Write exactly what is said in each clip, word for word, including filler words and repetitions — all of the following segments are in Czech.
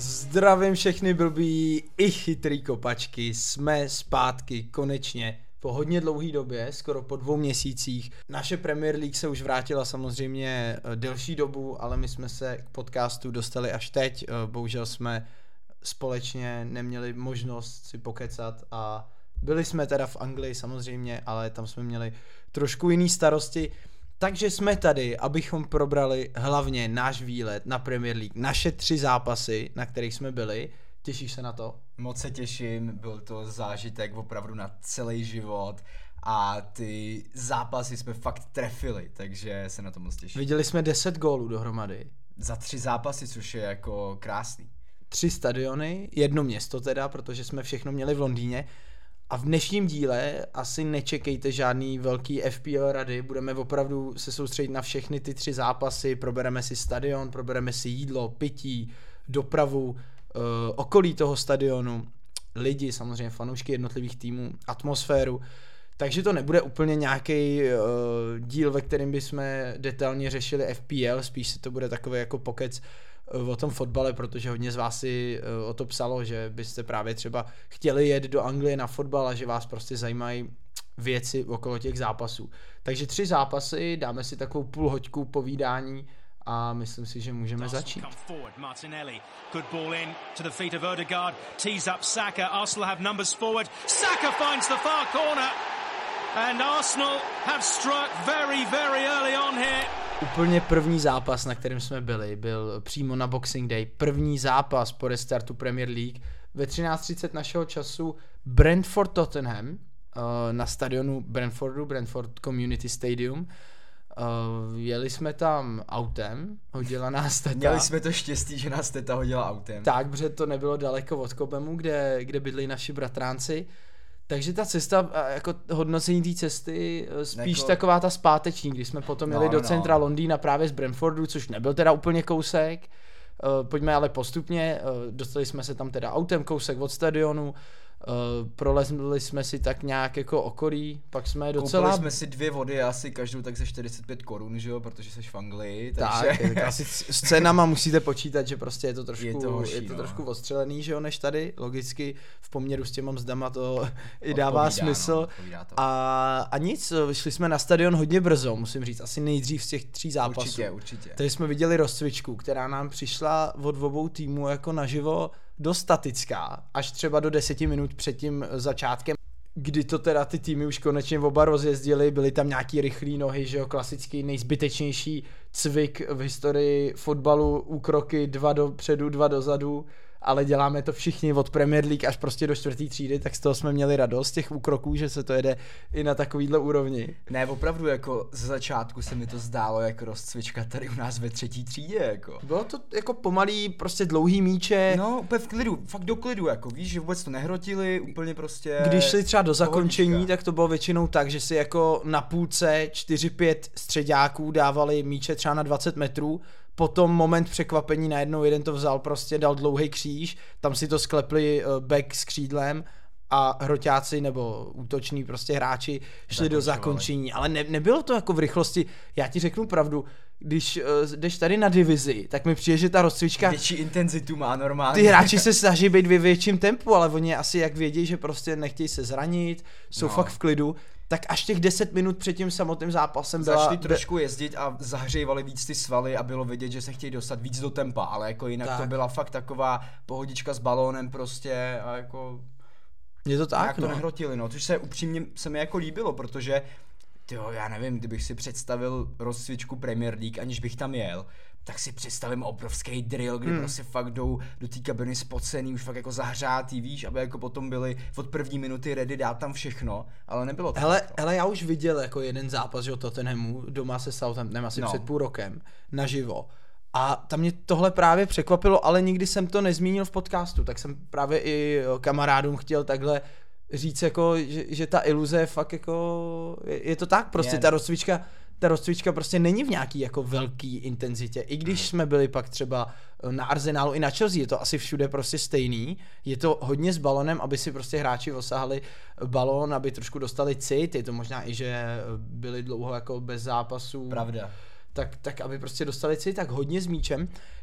Zdravím všechny blbý i chytrý kopačky, jsme zpátky konečně po hodně dlouhý době, skoro po dvou měsících. Naše Premier League se už vrátila samozřejmě delší dobu, ale my jsme se k podcastu dostali až teď, bohužel jsme společně neměli možnost si pokecat a byli jsme teda v Anglii samozřejmě, ale tam jsme měli trošku jiný starosti. Takže jsme tady, abychom probrali hlavně náš výlet na Premier League, naše tři zápasy, na kterých jsme byli. Těšíš se na to? Moc se těším, byl to zážitek opravdu na celý život a ty zápasy jsme fakt trefili, takže se na to moc těším. Viděli jsme deset gólů dohromady. Za tři zápasy, což je jako krásný. Tři stadiony, jedno město teda, protože jsme všechno měli v Londýně. A v dnešním díle asi nečekejte žádný velký F P L rady, budeme opravdu se soustředit na všechny ty tři zápasy, probereme si stadion, probereme si jídlo, pití, dopravu, e, okolí toho stadionu, lidi, samozřejmě fanoušky jednotlivých týmů, atmosféru. Takže to nebude úplně nějaký e, díl, ve kterém bychom detailně řešili F P L, spíš se to bude takový jako pokec o tom fotbale, protože hodně z vás si o to psalo, že byste právě třeba chtěli jet do Anglie na fotbal a že vás prostě zajímají věci okolo těch zápasů. Takže tři zápasy, dáme si takovou půl hoďku povídání a myslím si, že můžeme začít. Martinelli, good ball in to the feet of Odegaard, tees up Saka, Arsenal have numbers forward, Saka finds the far corner and Arsenal have struck very, very early on here. Úplně první zápas, na kterém jsme byli, byl přímo na Boxing Day. První zápas po restartu Premier League. Ve třináct třicet našeho času Brentford Tottenham na stadionu Brentfordu, Brentford Community Stadium. Jeli jsme tam autem, hodila nás teta. Měli jsme to štěstí, že nás teta hodila autem. Tak, protože to nebylo daleko od Kobemu, kde, kde bydlí naši bratránci. Takže ta cesta, jako hodnocení té cesty, spíš jako taková ta zpáteční, když jsme potom jeli no, do centra no. Londýna právě z Brentfordu, což nebyl teda úplně kousek. Pojďme ale postupně, dostali jsme se tam teda autem kousek od stadionu, prolezli jsme si tak nějak jako okolí, pak jsme docela... Koupili jsme si dvě vody asi každou tak za čtyřicet pět korun, že jo, protože jsi v Anglii, takže... Tak, asi s cenama musíte počítat, že prostě je to trošku, je to, hoší, je to no. trošku odstřelený, že jo, než tady, logicky v poměru s těma mzdama to i dává odpovídá, smysl. No, a, a nic, šli jsme na stadion hodně brzo, musím říct, asi nejdřív z těch tří zápasů. Určitě, určitě. Takže jsme viděli rozcvičku, která nám přišla od obou týmů jako naživo dost statická, až třeba do deseti minut před tím začátkem, kdy to teda ty týmy už konečně oba rozjezdili, byly tam nějaký rychlý nohy, že jo, klasický nejzbytečnější cvik v historii fotbalu, úkroky dva dopředu, dva dozadu, ale děláme to všichni od Premier League až prostě do čtvrtý třídy, tak z toho jsme měli radost těch úkroků, že se to jede i na takovýhle úrovni. Ne, opravdu jako ze začátku se mi to zdálo jako rozcvička tady u nás ve třetí třídě, jako. Bylo to jako pomalý, prostě dlouhý míče. No, úplně v klidu, fakt do klidu, jako víš, že vůbec to nehrotili, úplně prostě... Když šli třeba do zakončení, pohodička. Tak to bylo většinou tak, že si jako na půlce čtyři pět středáků dávali míče třeba na dvacet metrů, potom moment překvapení, najednou jeden to vzal, prostě dal dlouhý kříž, tam si to sklepli back s křídlem a hroťáci nebo útoční prostě hráči šli do zakončení, ale ne, nebylo to jako v rychlosti, já ti řeknu pravdu, když uh, jdeš tady na divizi, tak mi přijde, že ta rozcvička... Větší intenzitu má normálně. Ty hráči se snaží být ve větším tempu, ale oni asi jak vědí, že prostě nechtějí se zranit, jsou no. fakt v klidu, tak až těch deset minut před tím samotným zápasem byla... Začali trošku jezdit a zahřejvali víc ty svaly a bylo vidět, že se chtějí dostat víc do tempa, ale jako jinak tak. To byla fakt taková pohodička s balónem prostě a jako... Je to tak, jak no. to nehrotili, no, což se upřímně se mi jako líbilo, protože tyjo, já nevím, kdybych si představil rozcvičku Premier League, aniž bych tam jel, tak si představím obrovský drill, kdy hmm. prostě fakt jdou do té kabiny spocený, už fakt jako zahřátý, víš, aby jako potom byli od první minuty ready dát tam všechno, ale nebylo to. Hele, hele, já už viděl jako jeden zápas, že o Tottenhamu, doma se Southamptonem asi no. před půl rokem, naživo. A tam mě tohle právě překvapilo, ale nikdy jsem to nezmínil v podcastu, tak jsem právě i kamarádům chtěl takhle říct, jako, že, že ta iluze je fakt jako, je, je to tak prostě, ta rozcvička, ta rozcvička prostě není v nějaký jako velký intenzitě, i když jsme byli pak třeba na Arsenalu i na Chelsea, je to asi všude prostě stejný, je to hodně s balonem, aby si prostě hráči osahali balón, aby trošku dostali cit, je to možná i, že byli dlouho jako bez zápasů. Pravda. Tak, tak aby prostě dostali cit, tak hodně s míčem.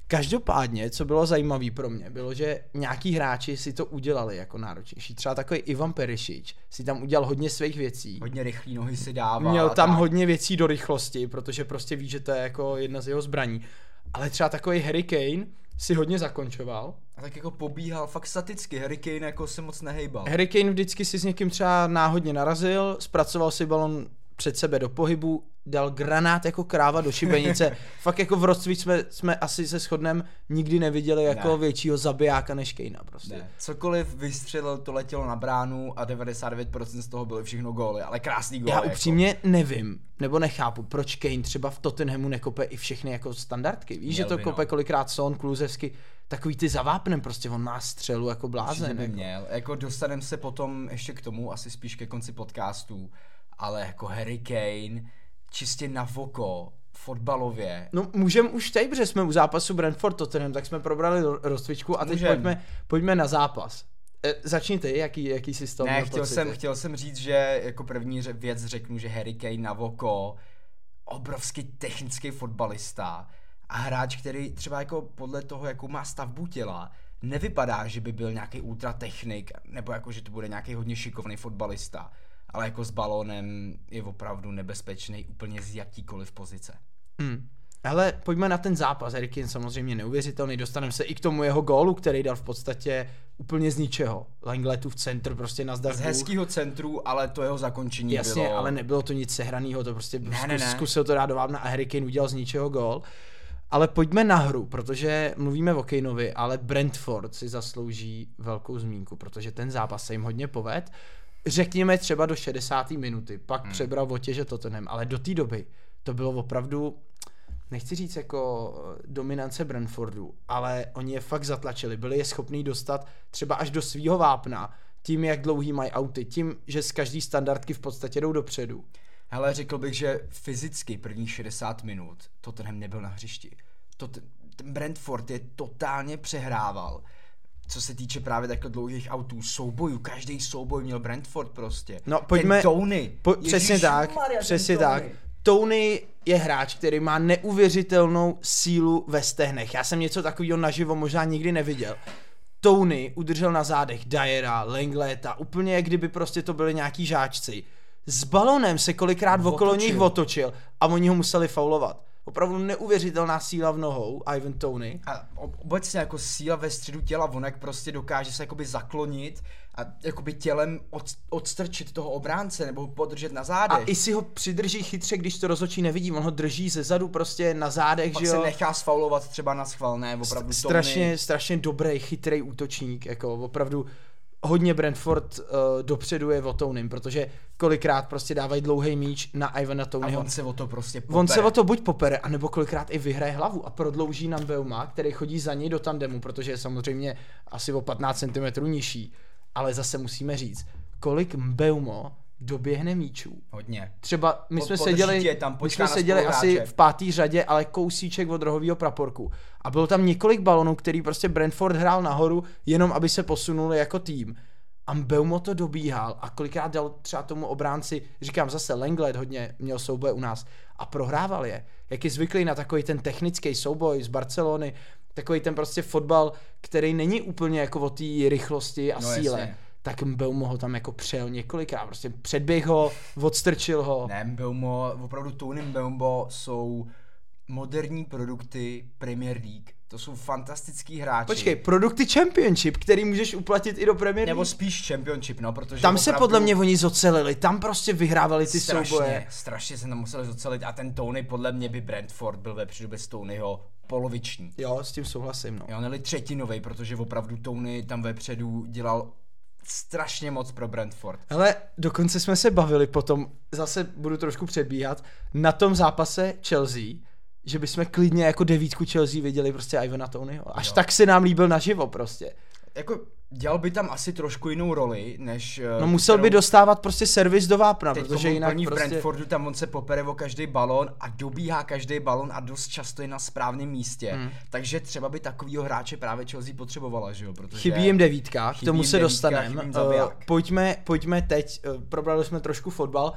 Každopádně, co bylo zajímavé pro mě, bylo, že nějaký hráči si to udělali jako náročnější. Třeba takový Ivan Perišič si tam udělal hodně svých věcí. Hodně rychlý nohy si dával. Měl tam tak. hodně věcí do rychlosti, protože prostě ví, že to je jako jedna z jeho zbraní. Ale třeba takový Harry Kane si hodně zakončoval. A tak jako pobíhal fakt staticky, Harry Kane jako se moc nehejbal. Harry Kane vždycky si s někým třeba náhodně narazil, zpracoval si balon před sebe do pohybu, dal granát jako kráva do šibenice. Fakt jako v rozcvič jsme, jsme asi se shodnem nikdy neviděli jako ne. většího zabijáka než Kanea prostě. Ne. Cokoliv vystřelil, to letělo na bránu a devadesát devět procent z toho byly všechno góly, ale krásný góly. Já upřímně jako. nevím, nebo nechápu, proč Kane třeba v Tottenhamu nekope i všechny jako standardky. Víš, Měl že to by, kope no. kolikrát Son, Kulusevsky, takový ty zavápnem, prostě on má střelu jako blázen. By jako. měl, jako dostaneme se potom ještě k tomu, asi spíš ke konci podcastu, ale jako Harry Kane, čistě na voko, fotbalově. No můžeme už teď, protože jsme u zápasu Brentford Tottenham, tak jsme probrali rozcvičku a teď pojďme, pojďme na zápas. E, začni ty, jaký, jaký jsi z toho Ne, chtěl jsem, chtěl jsem říct, že jako první věc řeknu, že Harry Kane na voko, obrovský technický fotbalista a hráč, který třeba jako podle toho, jakou má stavbu těla, nevypadá, že by byl nějaký ultratechnik, nebo jako, že to bude nějaký hodně šikovný fotbalista. Ale jako s balónem je opravdu nebezpečný úplně z jakýkoliv pozice. Hmm. Ale pojďme na ten zápas. Harry Kane samozřejmě neuvěřitelný, dostaneme se i k tomu jeho gólu, který dal v podstatě úplně z ničeho. Langletův centr prostě na zdar. Z hezkýho centru, ale to jeho zakončení Jasně, bylo... ale nebylo to nic sehranýho, to prostě ne, zkus, ne, ne. zkusil to dát do vápna a Harry Kane udělal z ničeho gól. Ale pojďme na hru, protože mluvíme o Kaneovi, ale Brentford si zaslouží velkou zmínku, protože ten zápas se jim hodně poved. Řekněme třeba do šedesáté minuty, pak hmm. přebral otěže Tottenham, ale do té doby to bylo opravdu, nechci říct jako dominance Brentfordu, ale oni je fakt zatlačili, byli je schopní dostat třeba až do svýho vápna, tím jak dlouhý mají auty, tím, že z každý standardky v podstatě jdou dopředu. Hele, řekl bych, že fyzicky prvních šedesát minut Tottenham nebyl na hřišti. Tot, ten Brentford je totálně přehrával. Co se týče právě takhle dlouhých autů, soubojů, každý souboj měl Brentford prostě. No pojďme, ten Tony. Po, přesně tak, Maria, přesně tak. Tony je hráč, který má neuvěřitelnou sílu ve stehnech. Já jsem něco takového naživo možná nikdy neviděl. Tony udržel na zádech Dyera, Langleta, úplně jak kdyby prostě to byli nějaký žáčci. S balonem se kolikrát okolo nich otočil a oni ho museli faulovat. Opravdu neuvěřitelná síla v nohou, Ivan Toney. A obecně jako síla ve středu těla, on jak prostě dokáže se jakoby zaklonit a jakoby tělem od, odstrčit toho obránce nebo ho podržet na zádech. A i si ho přidrží chytře, když to rozhodčí nevidí, on ho drží ze zadu prostě na zádech, pak že jo. se nechá sfaulovat třeba na schválné, opravdu St- strašně, strašně dobrý, chytrý útočník, jako opravdu hodně Brentford uh, dopředu je o Tonym, protože kolikrát prostě dávají dlouhý míč na Ivana Toneyho. A on se o to prostě popere. On se o to buď popere, anebo kolikrát i vyhraje hlavu a prodlouží nám Beuma, který chodí za něj do tandemu, protože je samozřejmě asi o patnáct centimetrů nižší. Ale zase musíme říct, kolik Mbeumo doběhne míčů. Hodně. Třeba my Pod, jsme seděli, tam, my jsme seděli asi v pátý řadě, ale kousíček od rohového praporku. A bylo tam několik balonů, který prostě Brentford hrál nahoru, jenom aby se posunuli jako tým. A Mbeumo to dobíhal a kolikrát dal třeba tomu obránci, říkám zase Lenglet hodně měl souboj u nás a prohrával je. Jak je zvyklý na takový ten technický souboj z Barcelony, takový ten prostě fotbal, který není úplně jako o té rychlosti a no, síle. Jasně. Tak Mbeumo ho tam jako přejel několikrát, prostě předběh ho, odstrčil ho. Ne, Mbeumo, opravdu Tony Mbeumo jsou moderní produkty Premier League. To jsou fantastický hráči. Počkej, produkty Championship, který můžeš uplatit i do Premier League. Nebo spíš Championship, no, protože tam opravdu... se podle mě oni zocelili, tam prostě vyhrávali ty strašně, souboje. Strašně se tam museli zocelit a ten Tony, podle mě by Brentford byl vepředu bez Tonyho poloviční. Jo, s tím souhlasím, no. Jo, neli třetinovej, protože opravdu Tony tam vepředu dělal strašně moc pro Brentford. Hele, dokonce jsme se bavili potom, zase budu trošku předbíhat, na tom zápase Chelsea, že bychom klidně jako devítku Chelsea viděli prostě Ivana Toneyho. Až jo. Tak se nám líbil naživo prostě. Jako dělal by tam asi trošku jinou roli, než... No musel kterou... by dostávat prostě servis do vápna, teď protože jinak v prostě... Brentfordu tam on se popere o každý balón a dobíhá každý balón a dost často je na správném místě. Hmm. Takže třeba by takovýho hráče právě Chelsea potřebovala, že jo? Protože chybí jim devítka, k tomu se dostaneme. Uh, pojďme, pojďme teď, uh, probrali jsme trošku fotbal,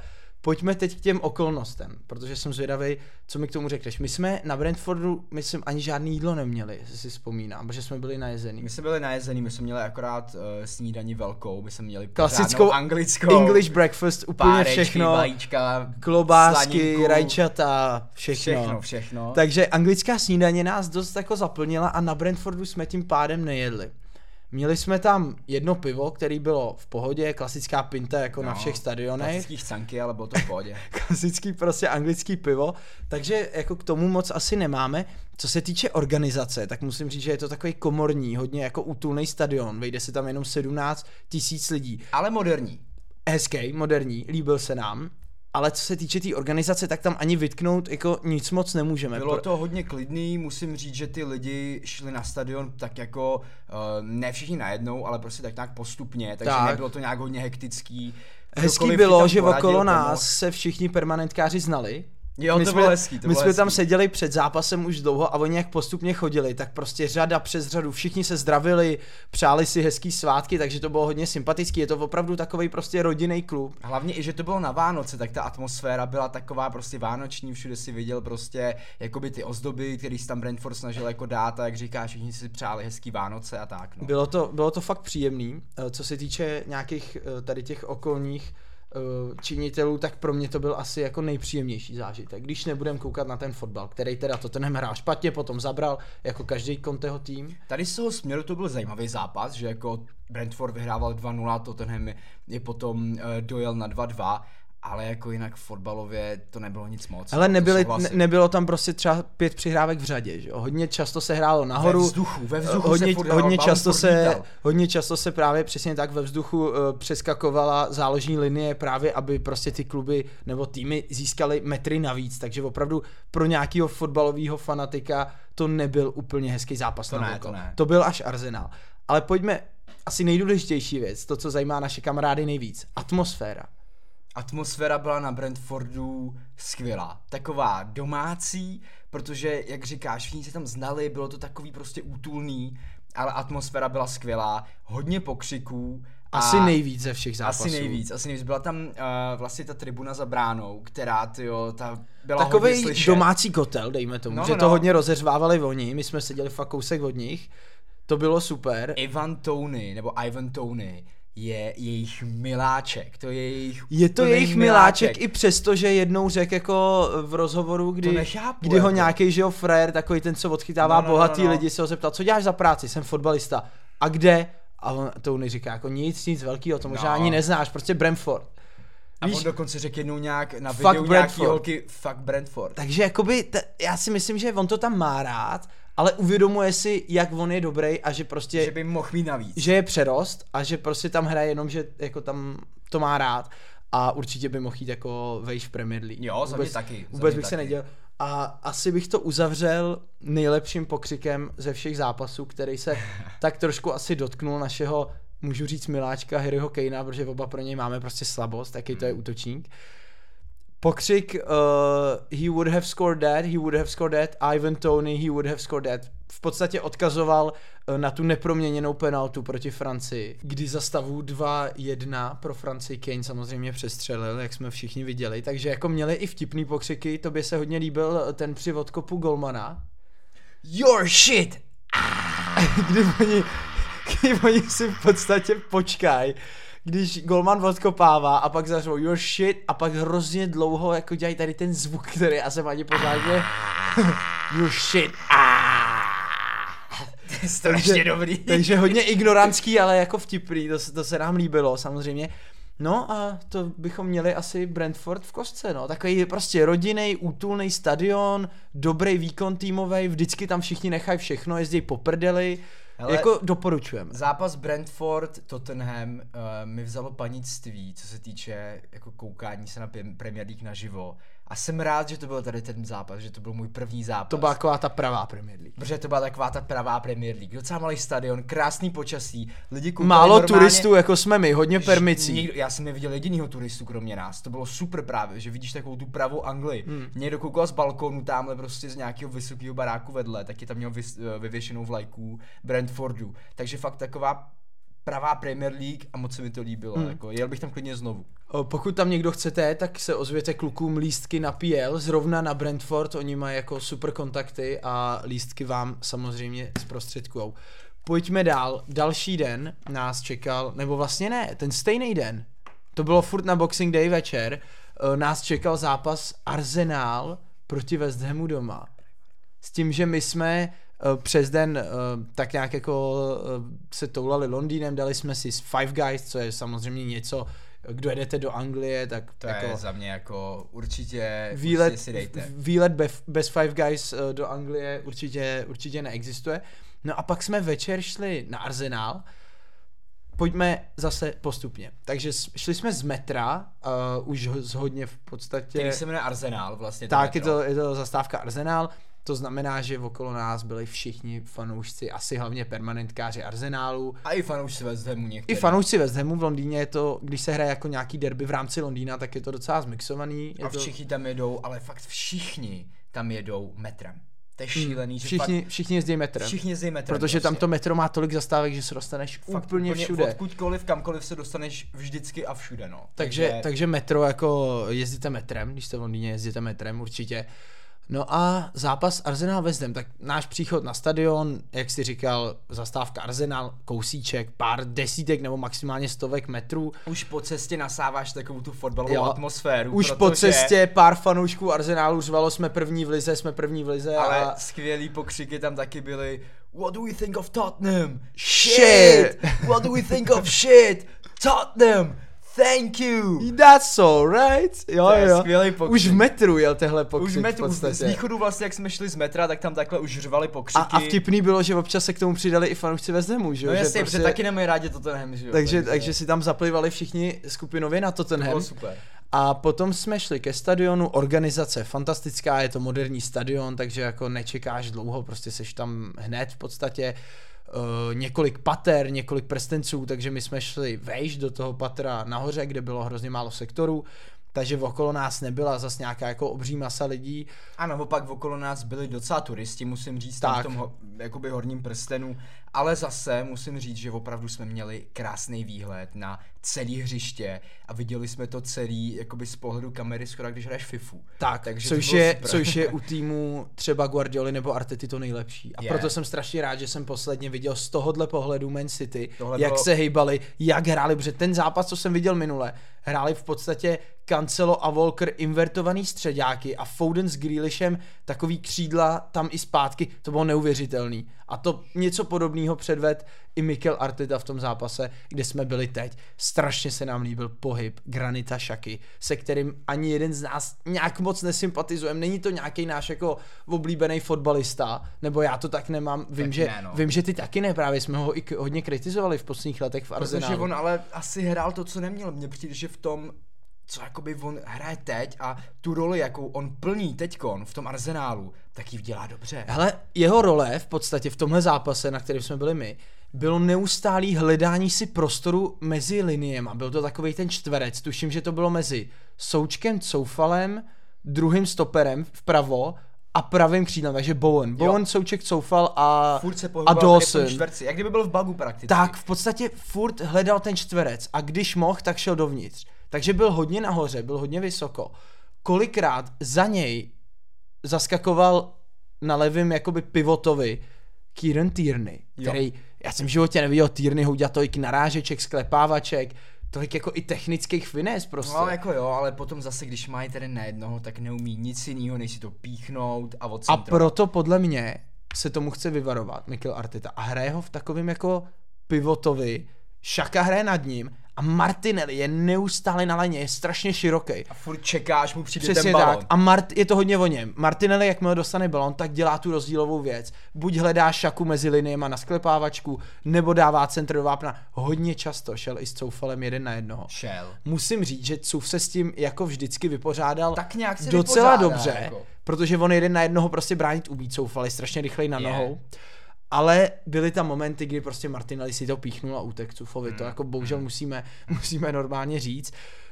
pojďme teď k těm okolnostem, protože jsem zvědavý, co mi k tomu řekneš. My jsme na Brentfordu, myslím, ani žádný jídlo neměli, jestli si vzpomínám, protože jsme byli najezený. My jsme byli najezený, my jsme měli akorát uh, snídani velkou, my jsme měli klasickou anglickou English breakfast, úplně párečky, všechno, vajíčka, klobásky, slaninku, rajčata, všechno. Všechno, všechno. Takže anglická snídaně nás dost jako zaplnila a na Brentfordu jsme tím pádem nejedli. Měli jsme tam jedno pivo, který bylo v pohodě, klasická pinta jako no, na všech stadionech. Klasický canky, ale bylo to v pohodě. Klasický prostě anglický pivo, takže jako k tomu moc asi nemáme. Co se týče organizace, tak musím říct, že je to takový komorní, hodně jako útulný stadion, vejde se tam jenom sedmnáct tisíc lidí. Ale moderní. Hezký, moderní, líbil se nám. Ale co se týče té tý organizace, tak tam ani vytknout jako nic moc nemůžeme. Bylo to hodně klidný, musím říct, že ty lidi šli na stadion tak jako, uh, ne všichni najednou, ale prostě tak nějak postupně, takže tak. Nebylo to nějak hodně hektický. Hezký bylo, že okolo nás se všichni permanentkáři znali. Jo, my to jsme, bylo hezký, to My bylo jsme hezký. tam seděli před zápasem už dlouho a oni jak postupně chodili, tak prostě řada přes řadu, všichni se zdravili, přáli si hezký svátky, takže to bylo hodně sympatický, je to opravdu takovej prostě rodinný klub. Hlavně i, že to bylo na Vánoce, tak ta atmosféra byla taková prostě vánoční, všude si viděl prostě jakoby ty ozdoby, který si tam Brentford snažil jako dát a jak říkáš, všichni si přáli hezký Vánoce a tak. No. Bylo to, bylo to fakt příjemný, co se týče nějakých tady těch okolních činitelů, tak pro mě to byl asi jako nejpříjemnější zážitek, když nebudem koukat na ten fotbal, který teda Tottenham hrál špatně, potom zabral, jako každý Conteho tým. Tady z toho směru to byl zajímavý zápas, že jako Brentford vyhrával dva nula, Tottenham je potom uh, dojel na dva dva, ale jako jinak fotbalově to nebylo nic moc. Ale nebyly, ne, nebylo tam prostě třeba pět přihrávek v řadě, že jo? Hodně často se hrálo nahoru. Ve vzduchu, ve vzduchu hodně, se furt hodně hrál, často se, hodně často se právě přesně tak ve vzduchu uh, přeskakovala záložní linie právě, aby prostě ty kluby nebo týmy získaly metry navíc, takže opravdu pro nějakého fotbalového fanatika to nebyl úplně hezký zápas. To na ne, oko. to ne. To byl až Arsenal. Ale pojďme, asi nejdůležitější věc, to, co zajímá naše kamarády nejvíc, atmosféra. Atmosféra byla na Brentfordu skvělá, taková domácí, protože, jak říkáš, všichni se tam znali, bylo to takový prostě útulný, ale atmosféra byla skvělá, hodně pokřiků. A asi nejvíc ze všech zápasů. Asi nejvíc, asi nejvíc. Byla tam uh, vlastně ta tribuna za bránou, která, tyjo, ta byla takovej hodně slyšet. Domácí kotel, dejme tomu, no, že no, to no. hodně rozeřvávali oni, my jsme seděli fakt kousek od nich, to bylo super. Ivan Toney, nebo Ivan Toney, je jejich miláček, to je jejich Je to jejich miláček, miláček i přesto, že jednou řekl jako v rozhovoru, kdy, nechápu, kdy ho jako. nějaký, že jo, frér, takový ten, co odchytává no, no, bohatý no, no. lidi, se ho zeptal, co děláš za práci, jsem fotbalista. A kde? A on to říká, jako nic, nic velkýho, to možná no. ani neznáš, prostě Brentford. A Víš, on dokonce řekl jednou nějak na fuck videu nějaký Brentford. holky fuck Brentford. Takže jakoby, t- já si myslím, že on to tam má rád, ale uvědomuje si, jak on je dobrý a že prostě... Že by mohl mít navíc. Že je přerost a že prostě tam hraje jenom, že jako tam to má rád a určitě by mohl jít jako vejš v Premier League. Jo, za mě taky. Za Vůbec mě bych taky. se nedělal. A asi bych to uzavřel nejlepším pokřikem ze všech zápasů, který se tak trošku asi dotknul našeho, můžu říct, miláčka Harryho Kanea, protože oba pro něj máme prostě slabost, taky to je útočník. Pokřik uh, he would have scored that, he would have scored that, Ivan Toney, he would have scored that. V podstatě odkazoval uh, na tu neproměněnou penaltu proti Francii, kdy za stavu dva jedna pro Francii Kane samozřejmě přestřelil, jak jsme všichni viděli, takže jako měli i vtipný pokřiky, tobě se hodně líbil ten při odkopu golmana. Your shit! kdy, oni, kdy oni si v podstatě počkají, když golman odkopává a pak zařvou your shit a pak hrozně dlouho jako dělají tady ten zvuk, který já jsem ani pořádně your shit. To je strašně takže, dobrý. Takže hodně ignorantský, ale jako vtipný, to, to se nám líbilo samozřejmě. No a to bychom měli asi Brentford v kostce, no. Takový prostě rodinný, útulný stadion, dobrý výkon týmový, vždycky tam všichni nechají všechno, jezdí po prdeli. Hele, jako doporučujeme. Zápas Brentford Tottenham uh, mi vzalo panictví, co se týče jako koukání se na Premier League naživo. A jsem rád, že to byl tady ten zápas, že to byl můj první zápas. To byla taková ta pravá Premier League. Protože to byla taková ta pravá Premier League. Docela malý stadion, krásný počasí, lidi koukali málo normálně, turistů, jako jsme my, hodně permicí. Nikdo, já jsem neviděl jedinýho turistu kromě nás. To bylo super právě, že vidíš takovou tu pravou Anglii. Hmm. Někdo koukal z balkónu tamhle prostě z nějakého vysokého baráku vedle, taky tam měl vys, vyvěšenou vlajku Brentfordu. Takže fakt taková pravá Premier League a moc se mi to líbilo, hmm. jako jel bych tam klidně znovu. Pokud tam někdo chcete, tak se ozvěte klukům lístky na P L, zrovna na Brentford, oni mají jako super kontakty a lístky vám samozřejmě zprostředkujou. Pojďme dál, další den nás čekal, nebo vlastně ne, ten stejný den, to bylo furt na Boxing Day večer, nás čekal zápas Arsenal proti West Hamu doma. S tím, že my jsme přes den tak nějak jako se toulali Londýnem, dali jsme si Five Guys, co je samozřejmě něco, kdo jedete do Anglie, tak to jako je za mě jako určitě, výlet, určitě si dejte. Výlet bez, bez Five Guys do Anglie určitě, určitě neexistuje. No a pak jsme večer šli na Arsenal. Pojďme zase postupně. Takže šli jsme z metra, uh, už z hodně v podstatě... Který se jmenuje Arsenal vlastně. Tak, je to, je to zastávka Arsenal. To znamená, že okolo nás byli všichni fanoušci, asi hlavně permanentkáři Arsenálu. A i fanoušci West Hamu někteří. I fanoušci West Hamu v Londýně je to, když se hraje jako nějaký derby v rámci Londýna, tak je to docela zmixovaný. Je a všichni to... tam jedou, ale fakt všichni tam jedou metrem. To je šílený, že všichni, fakt... Všichni jezdí metrem. Všichni jezdí metrem. Protože prostě. tam to metro má tolik zastávek, že se dostaneš fakt úplně, úplně všude. Odkudkoliv, kamkoliv se dostaneš vždycky a všude, no. Takže, takže... takže metro, jako jezdíte metrem, když jste v Londýně, jezdíte metrem určitě. No a zápas Arsenal West Ham, tak náš příchod na stadion, jak jsi říkal, zastávka Arsenal, kousíček, pár desítek nebo maximálně stovek metrů. Už po cestě nasáváš takovou tu fotbalovou jo, atmosféru. Už protože... po cestě pár fanoušků Arsenalu řvalo, jsme první v lize, jsme první v lize. Ale a... skvělý pokřiky tam taky byly. What do we think of Tottenham? Shit! What do we think of shit? Tottenham! Thank you! That's alright. Jo, to je jo. skvělý pokřik. Už v metru jel tehle pokřik. Už v metru, v podstatě. Z východu vlastně, jak jsme šli z metra, tak tam takhle už řvali pokřiky. A, a vtipný bylo, že občas se k tomu přidali i fanoušci West Hamu, že jo? No jasně, prostě... protože taky nemají rádi Tottenham, že jo? Takže, takže... takže si tam zaplivali všichni skupinově na Tottenham. To bylo super. A potom jsme šli ke stadionu, organizace fantastická, je to moderní stadion, takže jako nečekáš dlouho, prostě seš tam hned v podstatě. Uh, několik pater, několik prstenců, takže my jsme šli vejš do toho patra nahoře, kde bylo hrozně málo sektorů, takže okolo nás nebyla zas nějaká jako obří masa lidí. A naopak okolo nás byli docela turisti, musím říct, tak. tam v tom ho, jakoby horním prstenu, ale zase musím říct, že opravdu jsme měli krásný výhled na celý hřiště a viděli jsme to celý jakoby z pohledu kamery skoro, když hraješ FIFU. Tak, takže což je, což je u týmu třeba Guardioli nebo Artety to nejlepší. A je. proto jsem strašně rád, že jsem posledně viděl z tohohle pohledu Man City, Tohle jak bylo... se hejbali, jak hráli, protože ten zápas, co jsem viděl minule, hráli v podstatě Cancelo a Walker invertovaný středáky a Foden s Grealishem takový křídla tam i zpátky, to bylo neuvěřitelný. A to něco podobného předved i Mikel Arteta v tom zápase, kde jsme byli teď. Strašně se nám líbil pohyb Granita Xhaky, se kterým ani jeden z nás nějak moc nesympatizujeme. Není to nějaký náš jako oblíbený fotbalista, nebo já to tak nemám. Vím, tak že, ne, no. vím že ty taky ne, právě jsme ho i k- hodně kritizovali v posledních letech v Arsenalu. Protože on ale asi hrál to, co neměl. Mně přijde, že v tom, co jakoby on hraje teď a tu roli, jakou on plní teďkon v tom Arsenálu, tak ji dělá dobře. Hele, jeho role v podstatě v tomhle zápase, na kterém jsme byli my, bylo neustálý hledání si prostoru mezi liniem a byl to takovej ten čtverec, tuším, že to bylo mezi Součkem, Coufalem, druhým stoperem vpravo a pravým křídlem, takže Bowen. Bowen, Souček, Coufal a, furt se a Dawson. Čtverci, jak kdyby byl v bagu prakticky. Tak v podstatě furt hledal ten čtverec a když mohl, tak šel dovnitř. Takže byl hodně nahoře, byl hodně vysoko. Kolikrát za něj zaskakoval na levém jakoby pivotovi Kieran Tierney, který, jo. Já jsem v životě neviděl Tierneyho udělat tolik narážeček, sklepávaček, tolik jako i technických finés prostě. No jako jo, ale potom zase, když mají tedy na jednoho, tak neumí nic jiného, než si to píchnout a odcentrovat. A proto podle mě se tomu chce vyvarovat Mikel Arteta a hraje ho v takovém jako pivotovi, Xhaka hraje nad ním a Martinelli je neustále na laně, je strašně široký. A furt čekáš, mu přijde Přesně ten balón. tak. A Mart, je to hodně o něm. Martinelli, jakmile dostane balón, tak dělá tu rozdílovou věc. Buď hledá Xhaku mezi liniema na sklepávačku, nebo dává centr do vápna. Hodně často šel i s Coufalem jeden na jednoho. Šel. Musím říct, že Couf se s tím jako vždycky vypořádal tak nějak se docela vypořádá, dobře, jako. Protože on jeden na jednoho prostě bránit umí. Coufal je strašně rychlej na Je. nohou. Ale byly tam momenty, kdy prostě Martinelli si to píchnul a utek Coufovi, mm. to jako bohužel musíme, musíme normálně říct.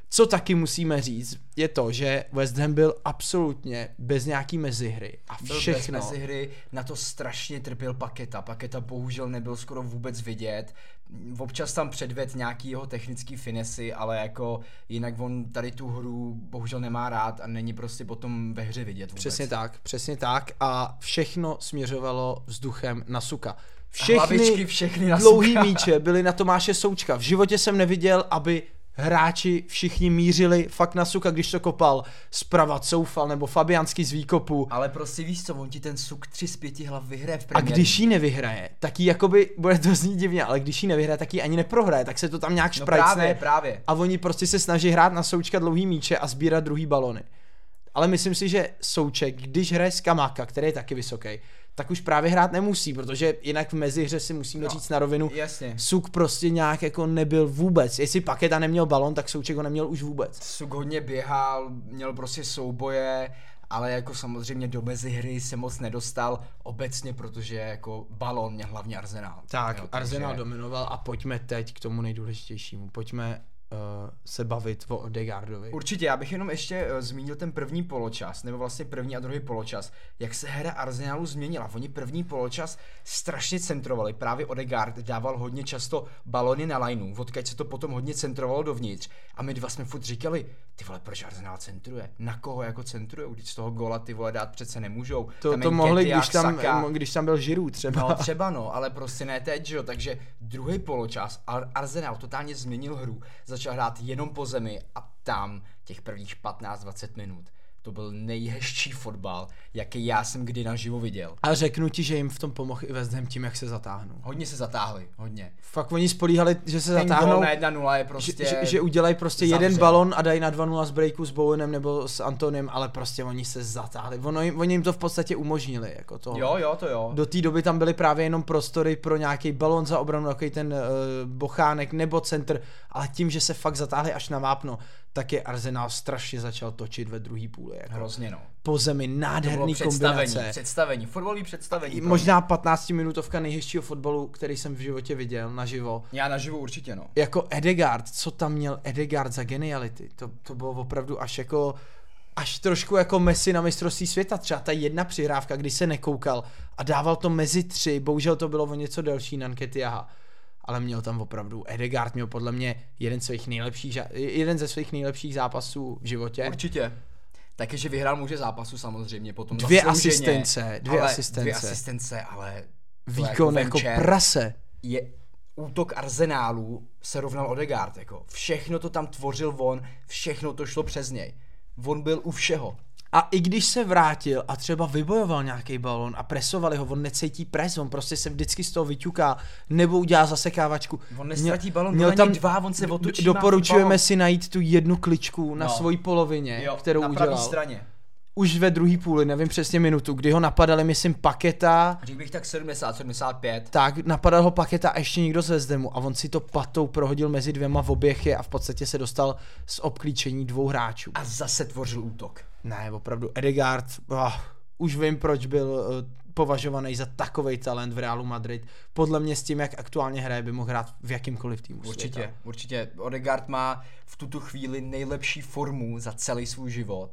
Co taky musíme říct, je to, že West Ham byl absolutně bez nějaký mezihry a všechno. Byl bez mezihry, na to strašně trpěl Paketa. Paketa bohužel nebyl skoro vůbec vidět. Občas tam předved nějaký jeho technický finesy, ale jako jinak on tady tu hru bohužel nemá rád a není prostě potom ve hře vidět vůbec. Přesně tak, přesně tak a všechno směřovalo vzduchem na Suka. Všechny, Hlavičky, všechny na dlouhý Suka. míče byly na Tomáše Součka. V životě jsem neviděl, aby hráči všichni mířili fakt na Suka, když to kopal zprava Coufal nebo Fabianský z výkopu. Ale prostě víš co, on ti ten Suk tři z pěti hlav vyhraje v A Premier když ji nevyhraje, tak ji jakoby, bude to znít divně, ale když ji nevyhraje, tak ji ani neprohraje, tak se to tam nějak No šprajcne. právě, právě. A oni prostě se snaží hrát na Součka dlouhý míče a sbírat druhý balony. Ale myslím si, že Souček, když hraje z Kamáka, který je taky vysoký, tak už právě hrát nemusí, protože jinak v mezihře si musíme No, říct na rovinu, jasně. Suk prostě nějak jako nebyl vůbec. Jestli Paketa neměl balon, tak Souček ho neměl už vůbec. Suk hodně běhal, měl prostě souboje, ale jako samozřejmě do mezihry se moc nedostal obecně, protože jako balon měl hlavně Arsenal. Tak, jo, Arsenal takže... dominoval a pojďme teď k tomu nejdůležitějšímu. Pojďme uh, se bavit o Odegaardovi. Určitě, já bych jenom ještě uh, zmínil ten první poločas, nebo vlastně první a druhý poločas, jak se hra Arsenalu změnila. Oni první poločas strašně centrovali, právě Odegaard dával hodně často balony na lineu, odkud se to potom hodně centrovalo dovnitř a my dva jsme furt říkali, ty vole, proč Arsenal centruje? Na koho jako centruje? Když z toho góla ty vole dát přece nemůžou. To, tam to mohli, Nketiah, když tam, Saka. když tam byl Giroud třeba. No třeba no, ale prostě ne teď, že jo, takže druhý poločas Ar- Arsenal totálně změnil hru, začal hrát jenom po zemi a tam těch prvních patnáct dvacet minut. To byl nejhezčí fotbal, jaký já jsem kdy naživo viděl. A řeknu ti, že jim v tom pomohl i West Ham tím, jak se zatáhnou. Hodně se zatáhli, hodně. Fakt oni spolíhali, že se Ten zatáhnou, gól na jedna nula je prostě... že, že, že udělají prostě zavřel. jeden balon a dají na dva nula z breaku s Bowenem nebo s Antonem, ale prostě oni se zatáhli. Ono jim, oni jim to v podstatě umožnili. Jako to. Jo, jo, to jo. Do té doby tam byly právě jenom prostory pro nějaký balon za obranu, takový ten uh, bochánek nebo centr, ale tím, že se fakt zatáhli až na vápno, tak je Arsenal strašně začal točit ve druhé půli. Jako. Hrozně no. Po zemi nádherný představení, kombinace. představení, fotbalový představení. Možná patnáctiminutovka nejhezčího fotbalu, který jsem v životě viděl naživo. Já naživo určitě no. Jako Edegaard, co tam měl Edegaard za geniality, to, to bylo opravdu až jako, až trošku jako Messi na mistrovství světa, třeba ta jedna přihrávka, kdy se nekoukal a dával to mezi tři, bohužel to bylo o něco delší na Nketiaha, ale měl tam opravdu, Edegaard měl podle mě jeden, svých nejlepších, jeden ze svých nejlepších zápasů v životě. Určitě. Taky, že vyhrál muže zápasu samozřejmě potom Dvě zaslouženě, asistence, dvě ale asistence. Dvě asistence, ale Výkon jako, jako prase. Je útok Arsenálu se rovnal Odegaard, jako všechno to tam tvořil on, všechno to šlo přes něj. On byl u všeho. A i když se vrátil a třeba vybojoval nějaký balon a presovali ho, on necítí pres, on prostě se vždycky z toho vyťuká nebo udělá zasekávačku. On nestratí balon, měl tam dva, on se otočí. Doporučujeme si najít tu jednu kličku na no. svojí polovině, jo, kterou na udělal. pravé straně. Už ve druhý půli, nevím přesně minutu, kdy ho napadali, myslím, Paketa. Řekl bych tak sedmdesát, sedmdesát pět. Tak, napadal ho Paketa a ještě někdo ze Zdemu a on si to patou prohodil mezi dvěma v oběchy a v podstatě se dostal z obklíčení dvou hráčů. A zase tvořil útok. Ne, opravdu, Edegaard, oh, už vím, proč byl uh, považovaný za takovej talent v Realu Madrid. Podle mě s tím, jak aktuálně hraje, by mohl hrát v jakýmkoliv týmu Určitě, světa. určitě. Odegaard má v tuto chvíli nejlepší formu za celý svůj život.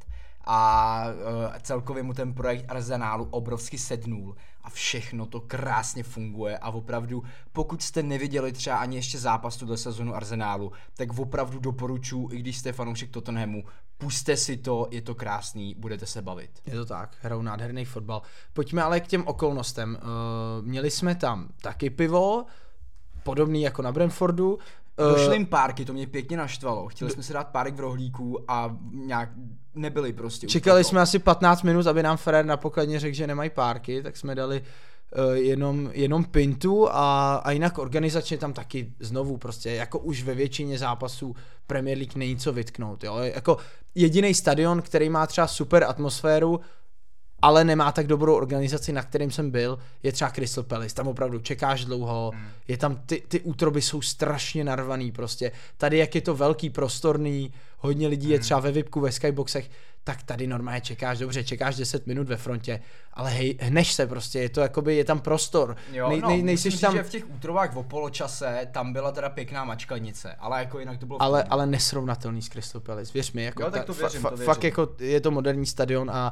A uh, celkově mu ten projekt Arsenálu obrovsky sednul a všechno to krásně funguje a opravdu, pokud jste neviděli třeba ani ještě zápas tuhle sezonu Arsenálu, tak opravdu doporučuji, i když jste fanoušek Tottenhamu, pusťte si to, je to krásný, budete se bavit. Je to tak, hrajou nádherný fotbal. Pojďme ale k těm okolnostem. Uh, měli jsme tam taky pivo, podobný jako na Brentfordu. Došly jim párky, to mě pěkně naštvalo. Chtěli jsme si dát párek v rohlíku a nějak nebyli prostě. Čekali jsme asi patnáct minut, aby nám Ferrer na pokladně řekl, že nemají párky, tak jsme dali uh, jenom, jenom pintu a, a jinak organizačně tam taky znovu prostě, jako už ve většině zápasů Premier League není co vytknout. Jo? Jako jediný stadion, který má třeba super atmosféru, ale nemá tak dobrou organizaci, na kterým jsem byl, je třeba Crystal Palace. Tam opravdu čekáš dlouho, mm. je tam, ty, ty útroby jsou strašně narvaný prostě. Tady jak je to velký, prostorný, hodně lidí je třeba ve VIPku, ve skyboxech, tak tady normálně čekáš, dobře, čekáš deset minut ve frontě, ale hej, hneš se prostě, je to jakoby, je tam prostor. Jo, nej, no, nej, nejsiš myslím tam... si, že v těch útrovách v poločase tam byla teda pěkná mačkanice, ale jako jinak to bylo... Ale, ale nesrovnatelný s Crystal Palace, věř mi, jako jo, tak to ta, věřím, fa, to věřím. fakt jako je to moderní stadion a,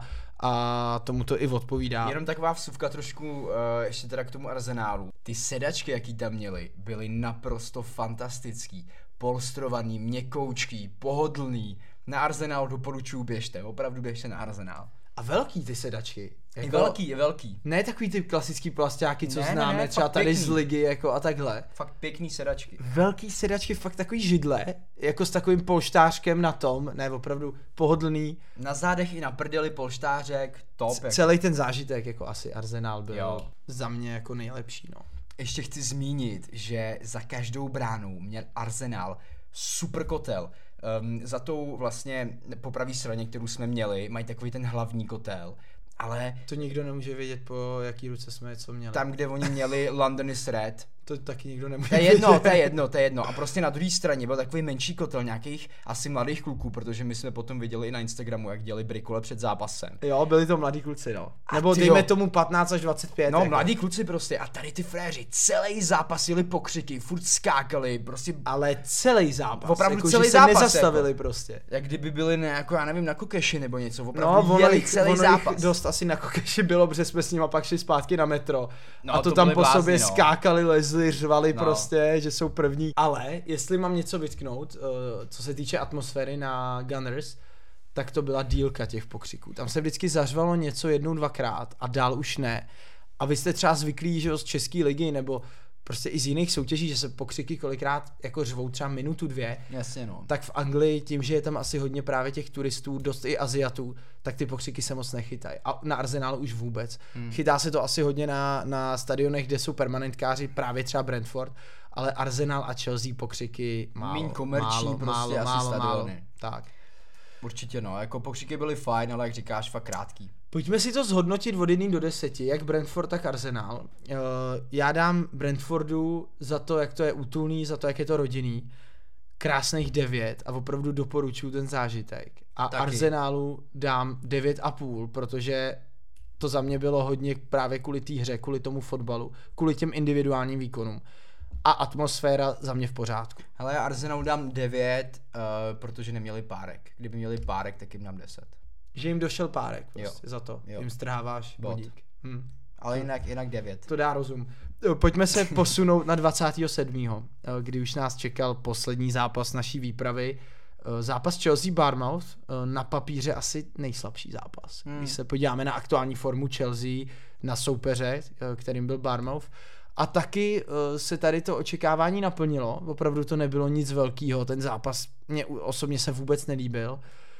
a tomu to i odpovídá. Jenom taková vsuvka trošku uh, ještě teda k tomu Arsenálu. Ty sedačky, jaký tam měli, byly naprosto fantastický, polstrovaný, měkoučký, pohodlný. Na Arsenal doporučuji běžte, opravdu běžte na Arsenal. A velký ty sedačky. Jako, je velký, je velký. Ne takový ty klasický plastáky, co ne, známe, ne, ne, třeba tady pěkný. z ligy jako a takhle. Fakt pěkný sedačky. Velký sedačky, fakt takový židle, jako s takovým polštářkem na tom, ne, opravdu pohodlný. Na zádech i na prdeli polštářek, top. C- jako. celý ten zážitek, jako asi Arsenal byl Jo. za mě jako nejlepší, no. Ještě chci zmínit, že za každou bránou měl Arsenal super kotel. Um, za tou vlastně po pravé straně, kterou jsme měli, mají takový ten hlavní kotel, ale To nikdo nemůže vědět, po jaký ruce jsme co měli. tam, kde oni měli London is red, To taky nikdo nemůže to je jedno, vědět. to je jedno, to je jedno. A prostě na druhé straně byl takový menší kotel nějakých asi mladých kluků, protože my jsme potom viděli i na Instagramu, jak dělali brikule před zápasem. Jo, byli to mladí kluci, no. A Nebo ty dejme jo. tomu patnáct až dvacet pět. No, jako. mladí kluci prostě. A tady ty fréři celý zápas jeli pokřiky, furt skákali, prostě Ale celý zápas. Opravdu jako, celý že se zápas, nezastavili jako. prostě. jak kdyby byli ne, jako já nevím, na kokeši nebo něco, No, opravdu ono jeli jich, celý ono zápas. jich dost asi na kokeši bylo, protože jsme s nima pak šli zpátky na metro. No, a to, to tam byli po blázni, sobě no. skákali, lezli, řvali No. prostě, že jsou první. Ale jestli mám něco vytknout, uh, co se týče atmosféry na Gunners, tak to byla dílka těch pokřiků. Tam se vždycky zařvalo něco jednou, dvakrát a dál už ne. A vy jste třeba zvyklí, že z české ligy nebo prostě i z jiných soutěží, že se pokřiky kolikrát jako řvou třeba minutu, dvě, Jasně no. tak v Anglii tím, že je tam asi hodně právě těch turistů, dost i Aziatů, tak ty pokřiky se moc nechytají. A na Arsenálu už vůbec. Hmm. Chytá se to asi hodně na, na stadionech, kde jsou permanentkáři, právě třeba Brentford, ale Arsenal a Chelsea pokřiky málo, Míň komerční málo, prostě málo, asi málo, stadiony. málo. Tak. Určitě no, jako pokřiky byly fajn, ale jak říkáš, fakt krátký. Pojďme si to zhodnotit od jedné do deseti, jak Brentford, tak Arsenal. Uh, já dám Brentfordu za to, jak to je útulný, za to, jak je to rodinný, krásných devět a opravdu doporučuji ten zážitek. A Taky. Arsenalu dám devět a půl, protože to za mě bylo hodně právě kvůli té hře, kvůli tomu fotbalu, kvůli těm individuálním výkonům. A atmosféra za mě v pořádku. Hele, já Arsenalu dám devět, uh, protože neměli párek. Kdyby měli párek, tak jim dám deset. Že jim došel párek prostě Jo. za to. Jo. Jim strháváš Bod. bodík. Hm. Ale jinak, jinak devět. To dá rozum. Pojďme se posunout na dvacátého sedmého kdy už nás čekal poslední zápas naší výpravy. Zápas Chelsea-Bournemouth, na papíře asi nejslabší zápas. Hmm. Když se podíváme na aktuální formu Chelsea, na soupeře, kterým byl Bournemouth. A taky se tady to očekávání naplnilo. Opravdu to nebylo nic velkého. Ten zápas mě osobně se vůbec nelíbil.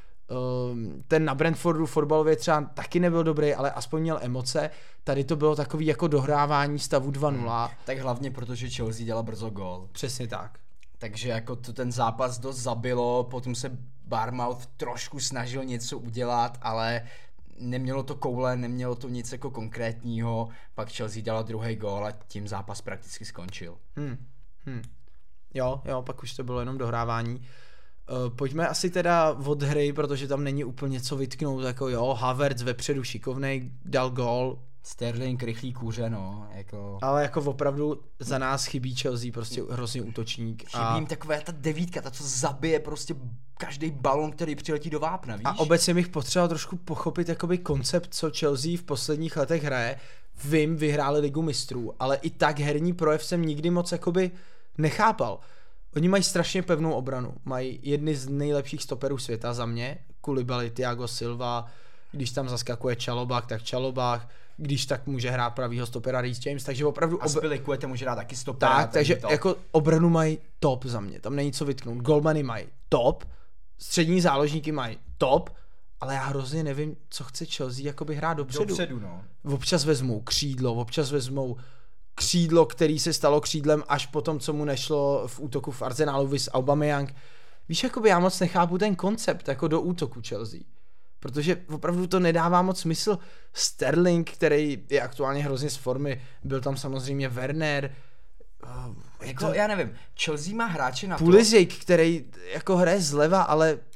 Ten na Brentfordu fotbalově třeba taky nebyl dobrý, ale aspoň měl emoce. Tady to bylo takový jako dohrávání stavu dva nula. Hmm. Tak hlavně protože Chelsea dělala brzo gól. Přesně tak. Takže jako to ten zápas dost zabilo, potom se Bournemouth trošku snažil něco udělat, ale nemělo to koule, nemělo to nic jako konkrétního, pak Chelsea dala druhý gól a tím zápas prakticky skončil. Hmm. Hmm. Jo, jo, pak už to bylo jenom dohrávání. Uh, pojďme asi teda od hry, protože tam není úplně co vytknout, jako jo, Havertz vepředu šikovnej, dal gól. Sterling rychlý kůře, no, jako... Ale jako opravdu za nás chybí Chelsea, prostě hrozně útočník. Chybí jim taková ta devítka, ta co zabije prostě každý balon, který přiletí do vápna, víš? A obecně bych potřeboval trošku pochopit jakoby koncept, co Chelsea v posledních letech hraje. Vím, vyhráli ligu mistrů, ale i tak herní projev jsem nikdy moc jakoby nechápal. Oni mají strašně pevnou obranu, mají jedny z nejlepších stoperů světa za mě, Koulibaly, Thiago Silva, když tam zaskakuje Chalobah, tak Chalobah, když tak může hrát pravýho stopera Reece James, takže opravdu... A Spilicueta může dát taky stopera. Tak, takže top. jako obranu mají top za mě, tam není co vytknout. Goalmany mají top, střední záložníky mají top, ale já hrozně nevím, co chce Chelsea jakoby hrát dopředu. Dopředu, no. Občas vezmou křídlo, občas vezmou křídlo, který se stalo křídlem až po tom, co mu nešlo v útoku v Arsenalu vis Aubameyang. Víš, jakoby já moc nechápu ten koncept jako do útoku Chelsea. Protože opravdu to nedává moc smysl. Sterling, který je aktuálně hrozně z formy, byl tam samozřejmě Werner. Jako, já nevím, Chelsea má hráče na to... Pulisic, který jako hraje zleva, ale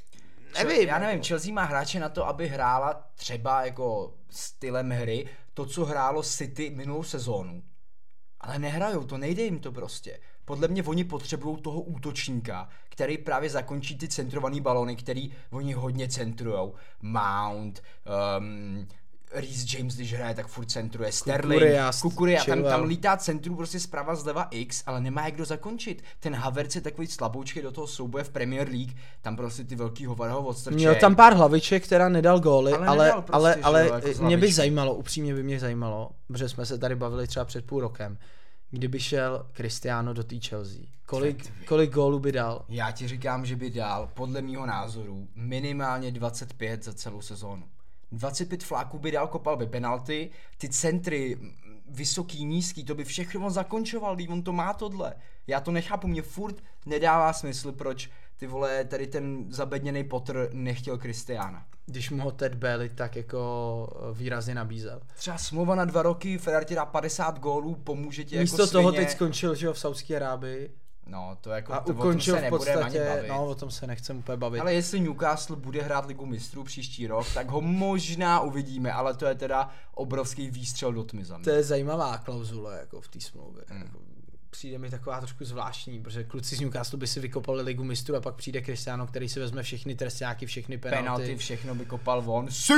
nevím. Já nevím, Chelsea má hráče na to, aby hrála třeba jako stylem hry to, co hrálo City minulou sezónu. Ale nehrajou, to nejde jim to prostě. Podle mě oni potřebují toho útočníka, který právě zakončí ty centrovaný balony, který oni hodně centrujou. Mount, um, Reece James, když hraje, tak furt centruje. Sterling, Kukurea, tam, tam lítá centru prostě zprava zleva X, ale nemá jak kdo zakončit. Ten Havertz je takový slaboučkej do toho souboje v Premier League, tam prostě ty velký hovor ho odstrčej. Měl tam pár hlaviček, která nedal góly, ale, ale, nedal prostě, ale, ale jo, jako mě by zajímalo, upřímně by mě zajímalo, protože jsme se tady bavili třeba před půl rokem, kdyby šel Cristiano do té Chelsea. Kolik, kolik gólů by dal? Já ti říkám, že by dal, podle mýho názoru, minimálně dvacet pět za celou sezónu. dvacet pět fláků by dal, kopal by penalty, ty centry, vysoký, nízký, to by všechno zakončoval, když on to má tohle. Já to nechápu, mě furt nedává smysl, proč ty vole, tady ten zabedněnej Potter nechtěl Cristiana. Když mu ho Ted Bailey tak jako výrazně nabízel. Třeba smlouva na dva roky, Ferrari ti dá padesát gólů, pomůže ti místo jako svině. toho teď skončil, že jo, v Saudské Arábii. No, to jako, a to, ukončil o tom se v podstatě, ani bavit. no o tom se nechcem úplně bavit. Ale jestli Newcastle bude hrát Ligu mistrů příští rok, tak ho možná uvidíme, ale to je teda obrovský výstřel do tmy za mě. To je zajímavá klauzule jako v té smlouvě. Hmm. Jako, přijde mi taková trošku zvláštní, protože kluci z Newcastle by si vykopali Ligu mistrů a pak přijde Cristiano, který si vezme všechny trestňáky, všechny penalty. Penalty, všechno by kopal von. Sí!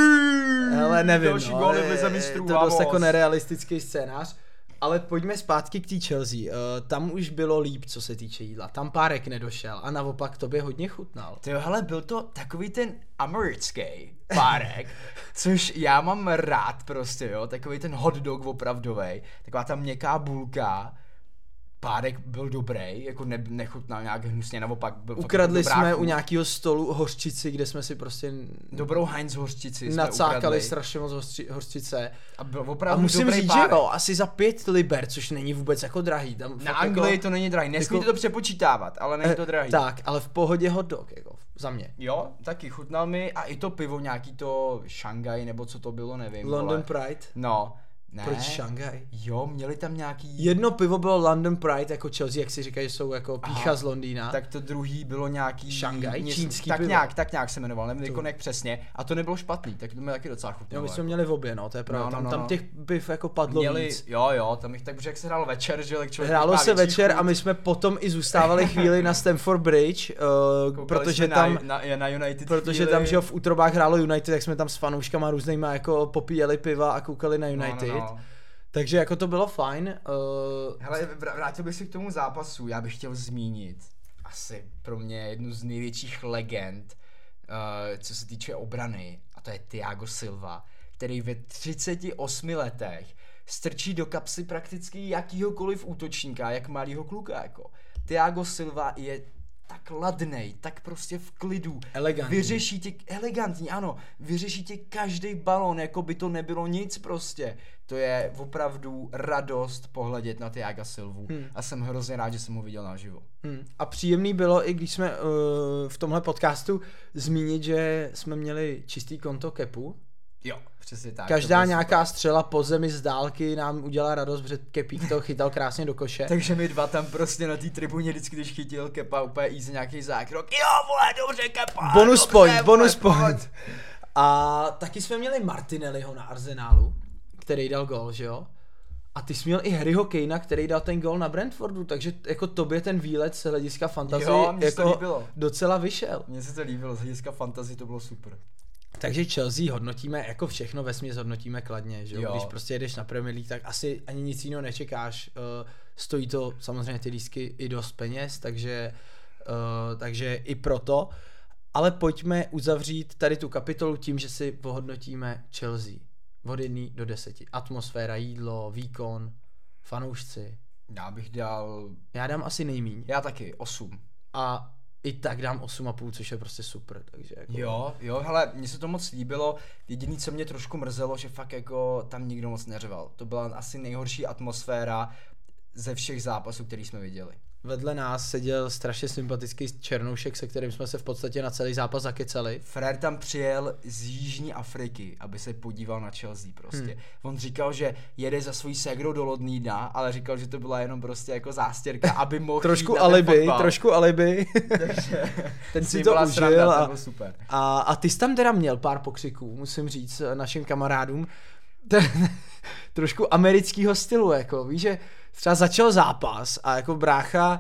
Ale nevím, Další no, góly v Lize mistrů, to je dost vamos. jako nerealistický scénář. Ale pojďme zpátky k té Chelsea. Uh, tam už bylo líp, co se týče jídla. Tam párek nedošel a naopak tobě hodně chutnal. Tyjo, hele, byl to takový ten americký párek, což já mám rád prostě, jo, takový ten hot dog opravdovej, taková ta měkká bulka. Párek byl dobrý, jako ne, nechutnal nějak hnusně, naopak byl ukradli fakt jsme chuť. u nějakého stolu hořčici, kde jsme si prostě dobrou Heinz hořčici nacákali strašně moc hořči, hořčice. A byl opravdu a musím dobrý říct, párek. že jo, asi za pět liber, což není vůbec jako drahý. Tam na Anglii jako, to není drahý, nesmíte jako, to přepočítávat, ale není to drahý. Tak, ale v pohodě hot dog, jako za mě. Jo, taky chutnal mi a i to pivo, nějaký to Shanghai, nebo co to bylo, nevím. London vole. Pride. No. Ne. Proč Šanghaj? Jo, měli tam nějaký... Jedno pivo bylo London Pride, jako Chelsea, jak si říkají, jsou jako pícha Aha, z Londýna. Tak to druhý bylo nějaký... Šanghaj, něco, čínský tak pivo. nějak, tak nějak se jmenoval, nevím jako jak přesně. A to nebylo špatný, tak to mi taky docela chutnalo. Jo, my jsme jako. měli v obě, no, to je pravda. No, no, tam, no, tam no. těch piv jako padlo Měli, víc. jo, jo, tam jich tak, protože jak se hrálo večer, že tak člověk Hrálo má se větší večer chuť. a my jsme potom i zůstávali chvíli na Stamford Bridge, uh, protože jsme tam... Na, na, na United Protože chvíli. tam, že jo, v útrobách hrálo United, tak jsme tam s fanouškama různýma jako popíjeli piva a koukali na United. No, no, no. Takže jako to bylo fajn. Uh, Hele, vrátil bych se k tomu zápasu, já bych chtěl zmínit asi pro mě jednu z největších legend, uh, co se týče obrany, a to je Thiago Silva, který ve třiceti osmi letech strčí do kapsy prakticky jakýhokoliv útočníka, jak malýho kluka, jako. Thiago Silva je tak ladnej, tak prostě v klidu. Elegantní. Vyřeší tě, elegantní, ano, vyřeší tě každý balon, jako by to nebylo nic prostě. To je opravdu radost pohledět na Thiaga Silvu hmm. a jsem hrozně rád, že jsem ho viděl naživo. hmm. A příjemný bylo, i když jsme uh, v tomhle podcastu zmínit, že jsme měli čistý konto kepu. Jo, přesně tak. Každá nějaká super. Střela po zemi z dálky nám udělala radost, protože Kepík to chytal krásně do koše. Takže my dva tam prostě na té tribuně vždycky, když chytil Kepa úplně easy nějaký zákrok. Jo, vole, dobře, Kepa! Bonus dobře, point, vole, bonus vole, point. A taky jsme měli Martinelliho na Arsenálu, který dal gól, že jo? A ty jsi měl i Harryho Kanea, který dal ten gól na Brentfordu, takže jako tobě ten výlet z hlediska fantasy jako docela vyšel. Mně se to líbilo, z hlediska fantasy to bylo super. Takže Chelsea hodnotíme, jako všechno vesměs hodnotíme kladně, že jo? Když prostě jedeš na Premier League, tak asi ani nic jiného nečekáš. Uh, stojí to samozřejmě ty lístky i dost peněz, takže, uh, takže i proto. Ale pojďme uzavřít tady tu kapitolu tím, že si ohodnotíme Chelsea. Od jedné do deseti. Atmosféra, jídlo, výkon, fanoušci. Já bych dal... Já dám asi nejmíň. Já taky, osm. A i tak dám osm a půl, což je prostě super, takže jako... Jo, jo, hele, mně se to moc líbilo, jediný, co mě trošku mrzelo, že fakt jako tam nikdo moc neřeval. To byla asi nejhorší atmosféra ze všech zápasů, který jsme viděli. vedle nás seděl strašně sympatický černoušek, se kterým jsme se v podstatě na celý zápas zakecali. Frér tam přijel z Jižní Afriky, aby se podíval na Chelsea prostě. Hmm. On říkal, že jede za svojí ségrou do Londýna, ale říkal, že to byla jenom prostě jako zástěrka, aby mohl trošku alibi, trošku alibi. Takže ten si to užil sranda, a, to super. A, a ty jsi tam teda měl pár pokřiků, musím říct našim kamarádům. Ten, trošku amerického stylu, jako víš, že třeba začal zápas a jako brácha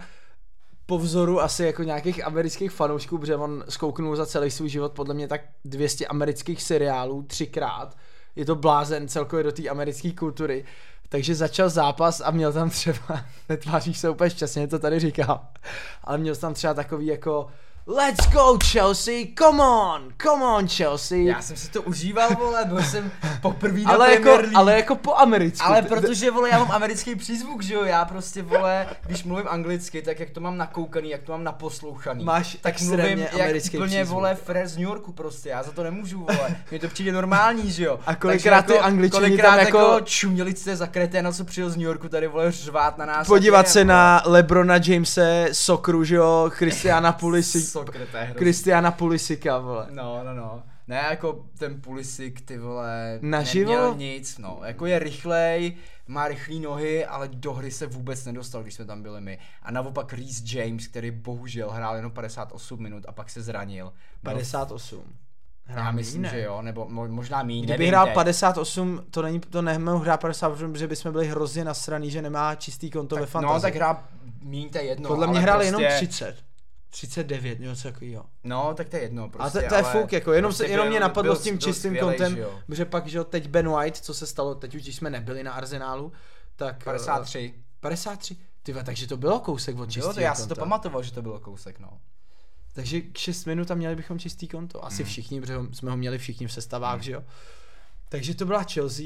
po vzoru asi jako nějakých amerických fanoušků, protože on zkouknul za celý svůj život podle mě tak dvě stě amerických seriálů třikrát. Je to blázen celkově do té americké kultury. Takže začal zápas a měl tam třeba, netváříš se úplně šťastně, to tady říkám, ale měl tam třeba takový jako let's go Chelsea, come on, come on Chelsea. Já jsem si to užíval, vole, byl jsem poprvý na ale Premier jako, League. ale jako po americku. Ale protože, vole, já mám americký přízvuk, že jo, já prostě, vole, když mluvím anglicky, tak jak to mám nakoukaný, jak to mám naposlouchaný. Máš tak mluvím jak americký úplně, přízvuk. Vole, Frér z New Yorku prostě, já za to nemůžu, vole, mně to přijde normální, že jo. A kolikrát ty jako, Angličani kolikrát tam jako... jako čuměli jste za kreténa, co přijel z New Yorku, tady, vole, řvát na nás. Podívat se na Lebrona Jamese, Sokru, že jo, Christiana Pulisic. Christiana Pulisika, vole. No, no, no. Ne, jako ten Pulisic, ty vole, naživo? Neměl nic, no. Jako je rychlej, má rychlý nohy, ale do hry se vůbec nedostal, když jsme tam byli my. A naopak Reece James, který bohužel hrál jenom padesát osm minut a pak se zranil. padesát osm. Hrál Já myslím, míň, že jo, nebo možná míň, Kdyby hrál teď. padesát osm, to není, to nemohl hrát padesát osm, protože bychom byli hrozně nasraný, že nemá čistý konto tak, ve fantasy. No, tak hrál míň, to je jedno. Podle mě hrál prostě... jenom třicet. třicet devět, něco takového. No, tak to je jedno, prostě. A to, to je fuk, jako, jenom, prostě se, jenom byl, mě napadlo s tím byl čistým skvělej, kontem, že, že pak, že teď Ben White, co se stalo, teď už když jsme nebyli na Arsenálu, tak... padesát tři. padesát tři, tyva, takže to bylo kousek od čistého konta. Já si to pamatoval, že to bylo kousek, no. Takže šest minut a měli bychom čistý konto. Asi mm. všichni, protože jsme ho měli všichni v sestavách, mm. že jo. Takže to byla Chelsea,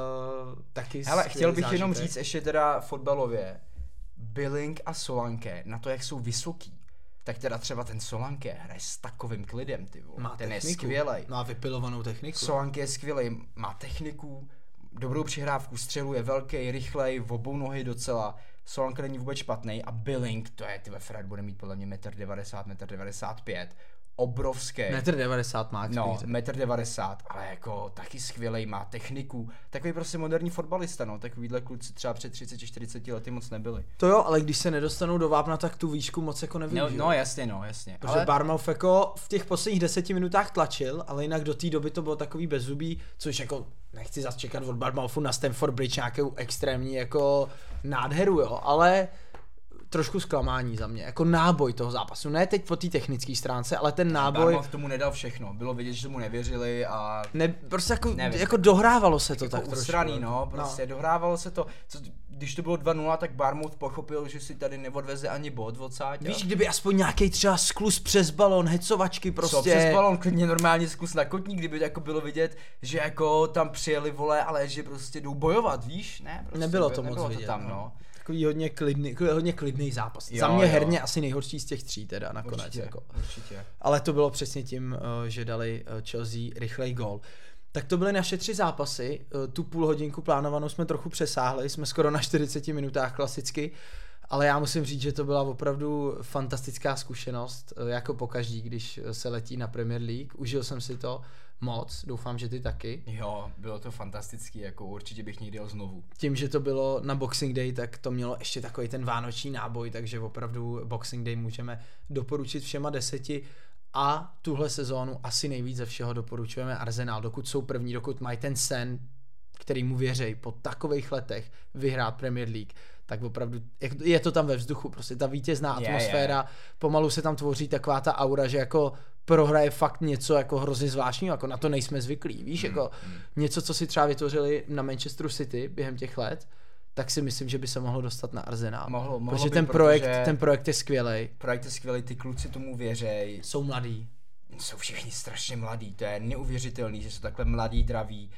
uh, taky. Hele, chtěl bych zážitek. jenom říct ještě teda fotbalově, Billing a Solanke, na to, jak jsou vysoký, tak teda třeba ten Solanke hraje s takovým klidem, ty vole. Má ten techniku. Je skvělej. Má vypilovanou techniku. Solanke je skvělej, má techniku, dobrou přihrávku, střelu, je velký, rychlej, v obou nohy docela. Solanke není vůbec špatný a Billing, to je, ty ve Fred bude mít podle mě metr devadesát, metr devadesát pět. Obrovský. metr devadesát má. No, metr devadesát, ale jako taky skvělej, má techniku. Takový prostě moderní fotbalista, no, takovýhle kluci třeba před třicet čtyřicet lety moc nebyli. To jo, ale když se nedostanou do vápna, tak tu výšku moc jako nevyužijou. No, no jasně, no, jasně. Protože ale... Bournemouth jako v těch posledních deseti minutách tlačil, ale jinak do té doby to bylo takový bezzubý, což jako nechci zas čekat od Bournemouthu na Stamford Bridge nějakou extrémní jako nádheru, jo, ale trošku zklamání za mě, jako náboj toho zápasu, ne teď po té technické stránce, ale ten náboj... Bournemouth tomu nedal všechno, bylo vidět, že tomu nevěřili a... Ne, prostě jako, jako dohrávalo se to jako tak trošku. Ustraný, no, prostě no. dohrávalo se to, co, když to bylo dva nula, tak Bournemouth pochopil, že si tady neodveze ani bod odsáď. Víš, kdyby aspoň nějaký třeba skluz přes balón, hecovačky prostě. Co přes balón, klidně normálně skluz na kotník, kdyby jako bylo vidět, že jako tam přijeli, vole, ale že prostě jdou bojovat, víš, ne? Prostě nebylo to nebylo moc vidět, to tam, no. Takový hodně klidný, hodně klidný zápas. Jo, za mě jo. herně asi nejhorší z těch tří teda nakonec. Určitě, jako. určitě. Ale to bylo přesně tím, že dali Chelsea rychlej gól. Tak to byly naše tři zápasy, tu půl hodinku plánovanou jsme trochu přesáhli, jsme skoro na čtyřiceti minutách klasicky, ale já musím říct, že to byla opravdu fantastická zkušenost, jako pokaždý, když se letí na Premier League, užil jsem si to moc, doufám, že ty taky. Jo, bylo to fantastický, jako určitě bych někdy jel znovu. Tím, že to bylo na Boxing Day, tak to mělo ještě takový ten vánoční náboj, takže opravdu Boxing Day můžeme doporučit všema deseti. A tuhle sezónu asi nejvíc ze všeho doporučujeme Arsenal, dokud jsou první, dokud mají ten sen, který mu věří po takových letech vyhrát Premier League, tak opravdu je to tam ve vzduchu, prostě ta vítězná atmosféra, je, je. Pomalu se tam tvoří taková ta aura, že jako prohraje fakt něco jako hrozně zvláštního, jako na to nejsme zvyklí, víš, mm, jako mm. něco, co si třeba vytvořili na Manchesteru City během těch let, tak si myslím, že by se mohlo dostat na Arsenal. Mohlo, mohlo protože by, ten projekt, protože ten projekt je skvělej. Projekt je skvělej, ty kluci tomu věřej. Jsou mladí. Jsou všichni strašně mladí, to je neuvěřitelný, že jsou takhle mladí, draví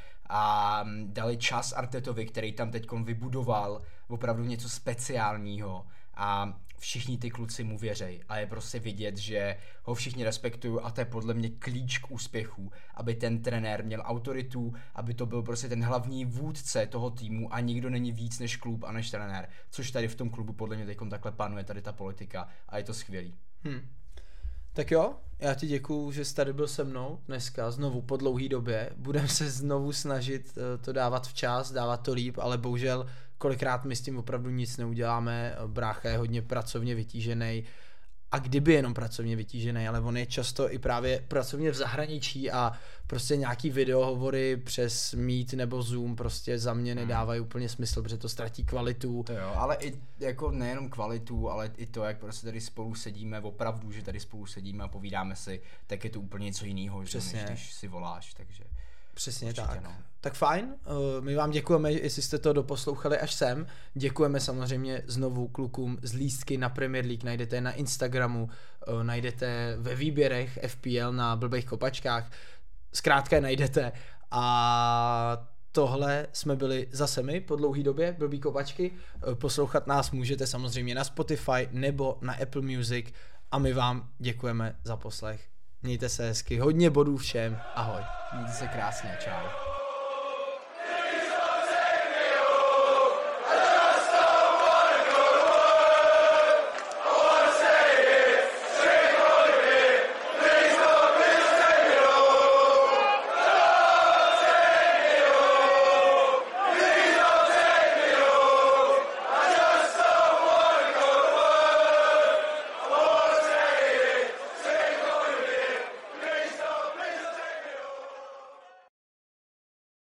a dali čas Artetovi, který tam teďkom vybudoval opravdu něco speciálního a všichni ty kluci mu věřej a je prostě vidět, že ho všichni respektují a to je podle mě klíč k úspěchu, aby ten trenér měl autoritu, aby to byl prostě ten hlavní vůdce toho týmu a nikdo není víc než klub a než trenér, což tady v tom klubu podle mě teďkom takhle panuje tady ta politika a je to skvělý. Hmm. Tak jo, já ti děkuju, že jsi tady byl se mnou dneska, znovu po dlouhý době. Budeme se znovu snažit to dávat včas, dávat to líp, ale bohužel kolikrát my s tím opravdu nic neuděláme. Brácha je hodně pracovně vytížený. A kdyby jenom pracovně vytížený, ale on je často i právě pracovně v zahraničí a prostě nějaký videohovory přes Meet nebo Zoom prostě za mě nedávají úplně smysl, protože to ztratí kvalitu. To jo, ale i jako nejenom kvalitu, ale i to, jak prostě tady spolu sedíme, opravdu, že tady spolu sedíme a povídáme si, tak je to úplně něco jiného, že než když si voláš, takže... Přesně určitě, tak. No. Tak fajn, my vám děkujeme, jestli jste to doposlouchali až sem. Děkujeme samozřejmě znovu klukům z lístky na Premier League, najdete je na Instagramu, najdete ve výběrech F P L na blbých kopačkách, zkrátka je najdete. A tohle jsme byli zase my po dlouhý době, blbý kopačky. Poslouchat nás můžete samozřejmě na Spotify nebo na Apple Music a my vám děkujeme za poslech. Mějte se hezky, hodně bodů všem, ahoj. Mějte se krásně, čau.